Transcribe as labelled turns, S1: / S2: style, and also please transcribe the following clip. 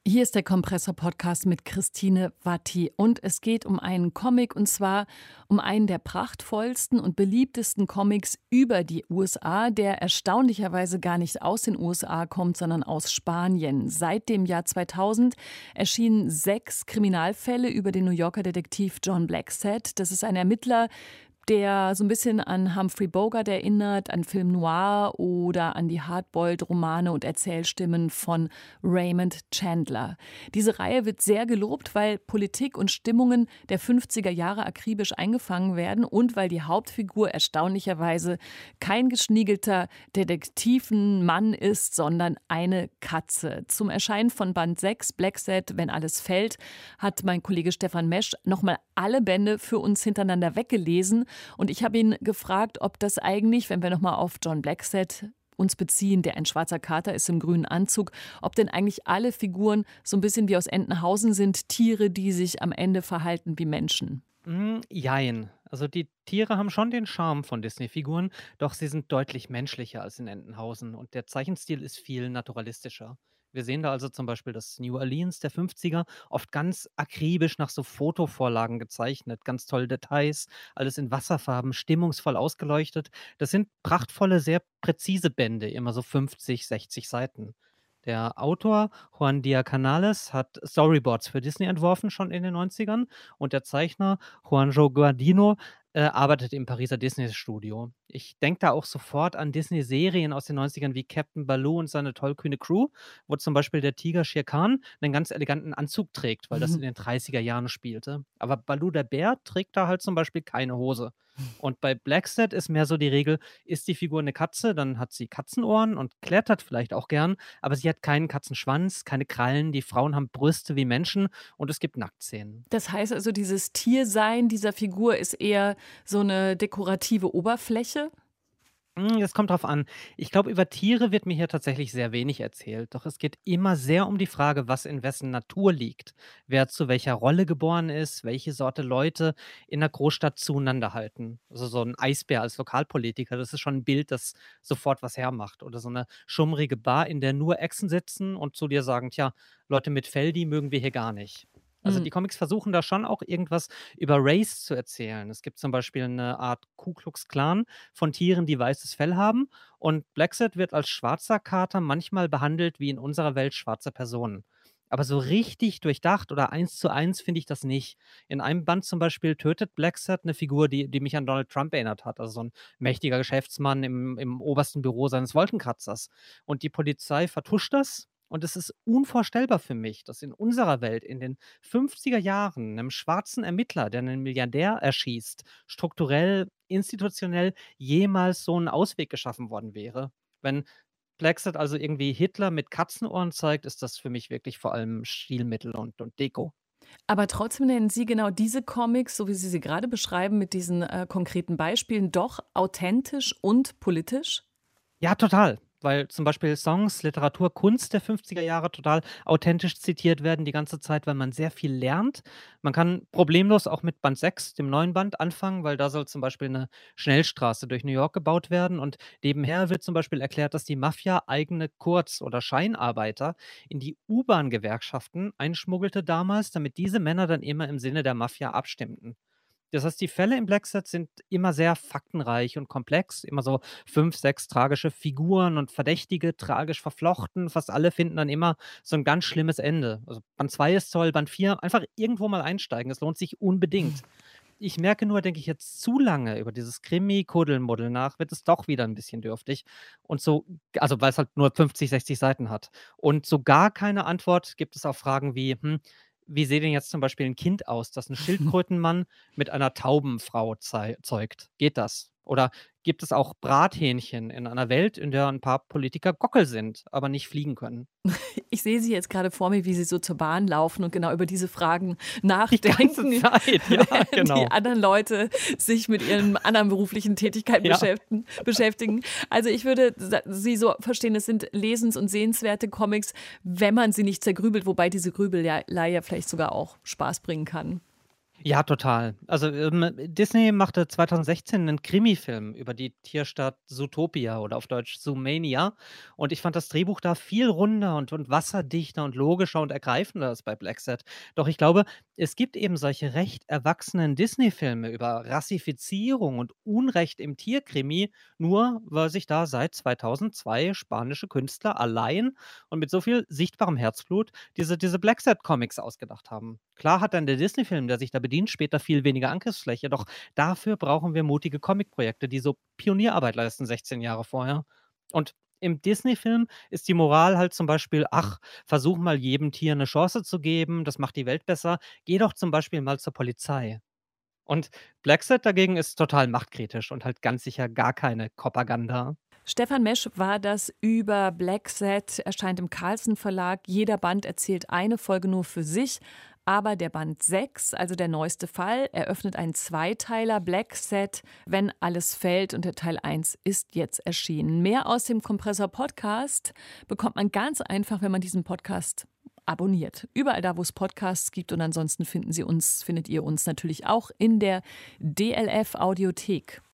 S1: Hier ist der Kompressor-Podcast mit Christine Watti und es geht um einen Comic und zwar um einen der prachtvollsten und beliebtesten Comics über die USA, der erstaunlicherweise gar nicht aus den USA kommt, sondern aus Spanien. Seit dem Jahr 2000 erschienen 6 Kriminalfälle über den New Yorker Detektiv John Blacksad. Das ist ein Ermittler, der so ein bisschen an Humphrey Bogart erinnert, an Film Noir oder an die Hardboiled-Romane und Erzählstimmen von Raymond Chandler. Diese Reihe wird sehr gelobt, weil Politik und Stimmungen der 50er Jahre akribisch eingefangen werden und weil die Hauptfigur erstaunlicherweise kein geschniegelter Detektivenmann ist, sondern eine Katze. Zum Erscheinen von Band 6, Blacksad, Wenn alles fällt, hat mein Kollege Stefan Mesch nochmal alle Bände für uns hintereinander weggelesen. Und ich habe ihn gefragt, ob das eigentlich, wenn wir nochmal auf John Blacksad uns beziehen, der ein schwarzer Kater ist im grünen Anzug, ob denn eigentlich alle Figuren so ein bisschen wie aus Entenhausen sind, Tiere, die sich am Ende verhalten wie Menschen.
S2: Jein. Also die Tiere haben schon den Charme von Disney-Figuren, doch sie sind deutlich menschlicher als in Entenhausen und der Zeichenstil ist viel naturalistischer. Wir sehen da also zum Beispiel das New Orleans der 50er, oft ganz akribisch nach so Fotovorlagen gezeichnet, ganz tolle Details, alles in Wasserfarben, stimmungsvoll ausgeleuchtet. Das sind prachtvolle, sehr präzise Bände, immer so 50, 60 Seiten. Der Autor Juan Díaz Canales hat Storyboards für Disney entworfen, schon in den 90ern. Und der Zeichner Juanjo Guardino arbeitet im Pariser Disney-Studio. Ich denke da auch sofort an Disney-Serien aus den 90ern wie Captain Baloo und seine tollkühne Crew, wo zum Beispiel der Tiger Shere Khan einen ganz eleganten Anzug trägt, weil das in den 30er Jahren spielte. Aber Baloo der Bär trägt da halt zum Beispiel keine Hose. Und bei Blacksad ist mehr so die Regel, ist die Figur eine Katze, dann hat sie Katzenohren und klettert vielleicht auch gern, aber sie hat keinen Katzenschwanz, keine Krallen, die Frauen haben Brüste wie Menschen und es gibt Nacktszenen.
S1: Das heißt also, dieses Tiersein dieser Figur ist eher so eine dekorative Oberfläche?
S2: Das kommt drauf an. Ich glaube, über Tiere wird mir hier tatsächlich sehr wenig erzählt. Doch es geht immer sehr um die Frage, was in wessen Natur liegt. Wer zu welcher Rolle geboren ist, welche Sorte Leute in der Großstadt zueinander halten. Also so ein Eisbär als Lokalpolitiker, das ist schon ein Bild, das sofort was hermacht. Oder so eine schummrige Bar, in der nur Echsen sitzen und zu dir sagen, tja, Leute mit Fell, die mögen wir hier gar nicht. Also die Comics versuchen da schon auch irgendwas über Race zu erzählen. Es gibt zum Beispiel eine Art Ku Klux Klan von Tieren, die weißes Fell haben. Und Blacksad wird als schwarzer Kater manchmal behandelt wie in unserer Welt schwarze Personen. Aber so richtig durchdacht oder 1:1 finde ich das nicht. In einem Band zum Beispiel tötet Blacksad eine Figur, die mich an Donald Trump erinnert hat. Also so ein mächtiger Geschäftsmann im obersten Büro seines Wolkenkratzers. Und die Polizei vertuscht das. Und es ist unvorstellbar für mich, dass in unserer Welt in den 50er Jahren einem schwarzen Ermittler, der einen Milliardär erschießt, strukturell, institutionell jemals so ein Ausweg geschaffen worden wäre. Wenn Blacksad also irgendwie Hitler mit Katzenohren zeigt, ist das für mich wirklich vor allem Stilmittel und Deko.
S1: Aber trotzdem nennen Sie genau diese Comics, so wie Sie sie gerade beschreiben, mit diesen konkreten Beispielen, doch authentisch und politisch?
S2: Ja, total. Weil zum Beispiel Songs, Literatur, Kunst der 50er Jahre total authentisch zitiert werden die ganze Zeit, weil man sehr viel lernt. Man kann problemlos auch mit Band 6, dem neuen Band, anfangen, weil da soll zum Beispiel eine Schnellstraße durch New York gebaut werden. Und nebenher wird zum Beispiel erklärt, dass die Mafia eigene Kurz- oder Scheinarbeiter in die U-Bahn-Gewerkschaften einschmuggelte damals, damit diese Männer dann immer im Sinne der Mafia abstimmten. Das heißt, die Fälle im Blackset sind immer sehr faktenreich und komplex, immer so 5, 6 tragische Figuren und Verdächtige, tragisch verflochten. Fast alle finden dann immer so ein ganz schlimmes Ende. Also, Band 2 ist toll, Band 4 einfach irgendwo mal einsteigen. Es lohnt sich unbedingt. Ich merke nur, denke ich jetzt zu lange über dieses Krimi-Kuddelmuddel nach, wird es doch wieder ein bisschen dürftig und so also, weil es halt nur 50, 60 Seiten hat. Und so gar keine Antwort gibt es auf Fragen wie, wie sähe denn jetzt zum Beispiel ein Kind aus, das 'n Schildkrötenmann mit einer Taubenfrau zeugt? Geht das? Oder gibt es auch Brathähnchen in einer Welt, in der ein paar Politiker Gockel sind, aber nicht fliegen können?
S1: Ich sehe Sie jetzt gerade vor mir, wie Sie so zur Bahn laufen und genau über diese Fragen
S2: Die ganze
S1: nachdenken,
S2: Zeit, ja,
S1: während die
S2: genau.
S1: anderen Leute sich mit ihren anderen beruflichen Tätigkeiten
S2: Ja.
S1: beschäftigen. Also ich würde Sie so verstehen, es sind lesens- und sehenswerte Comics, wenn man sie nicht zergrübelt, wobei diese Grübelei ja vielleicht sogar auch Spaß bringen kann.
S2: Ja, total. Also, Disney machte 2016 einen Krimi-Film über die Tierstadt Zootopia oder auf Deutsch Zoomania und ich fand das Drehbuch da viel runder und wasserdichter und logischer und ergreifender als bei Blackset. Doch ich glaube, es gibt eben solche recht erwachsenen Disney-Filme über Rassifizierung und Unrecht im Tierkrimi, nur weil sich da seit 2002 spanische Künstler allein und mit so viel sichtbarem Herzblut diese Blackset-Comics ausgedacht haben. Klar hat dann der Disney-Film, der sich da bedient, später viel weniger Angriffsfläche, doch dafür brauchen wir mutige Comic-Projekte, die so Pionierarbeit leisten 16 Jahre vorher. Und im Disney-Film ist die Moral halt zum Beispiel, ach, versuch mal jedem Tier eine Chance zu geben, das macht die Welt besser. Geh doch zum Beispiel mal zur Polizei. Und Blackset dagegen ist total machtkritisch und halt ganz sicher gar keine Propaganda.
S1: Stefan Mesch war das über Blackset, erscheint im Carlsen Verlag. Jeder Band erzählt eine Folge nur für sich. Aber der Band 6, also der neueste Fall, eröffnet einen Zweiteiler Blackset, wenn alles fällt. Und der Teil 1 ist jetzt erschienen. Mehr aus dem Kompressor Podcast bekommt man ganz einfach, wenn man diesen Podcast abonniert. Überall da, wo es Podcasts gibt. Und ansonsten findet ihr uns natürlich auch in der DLF Audiothek.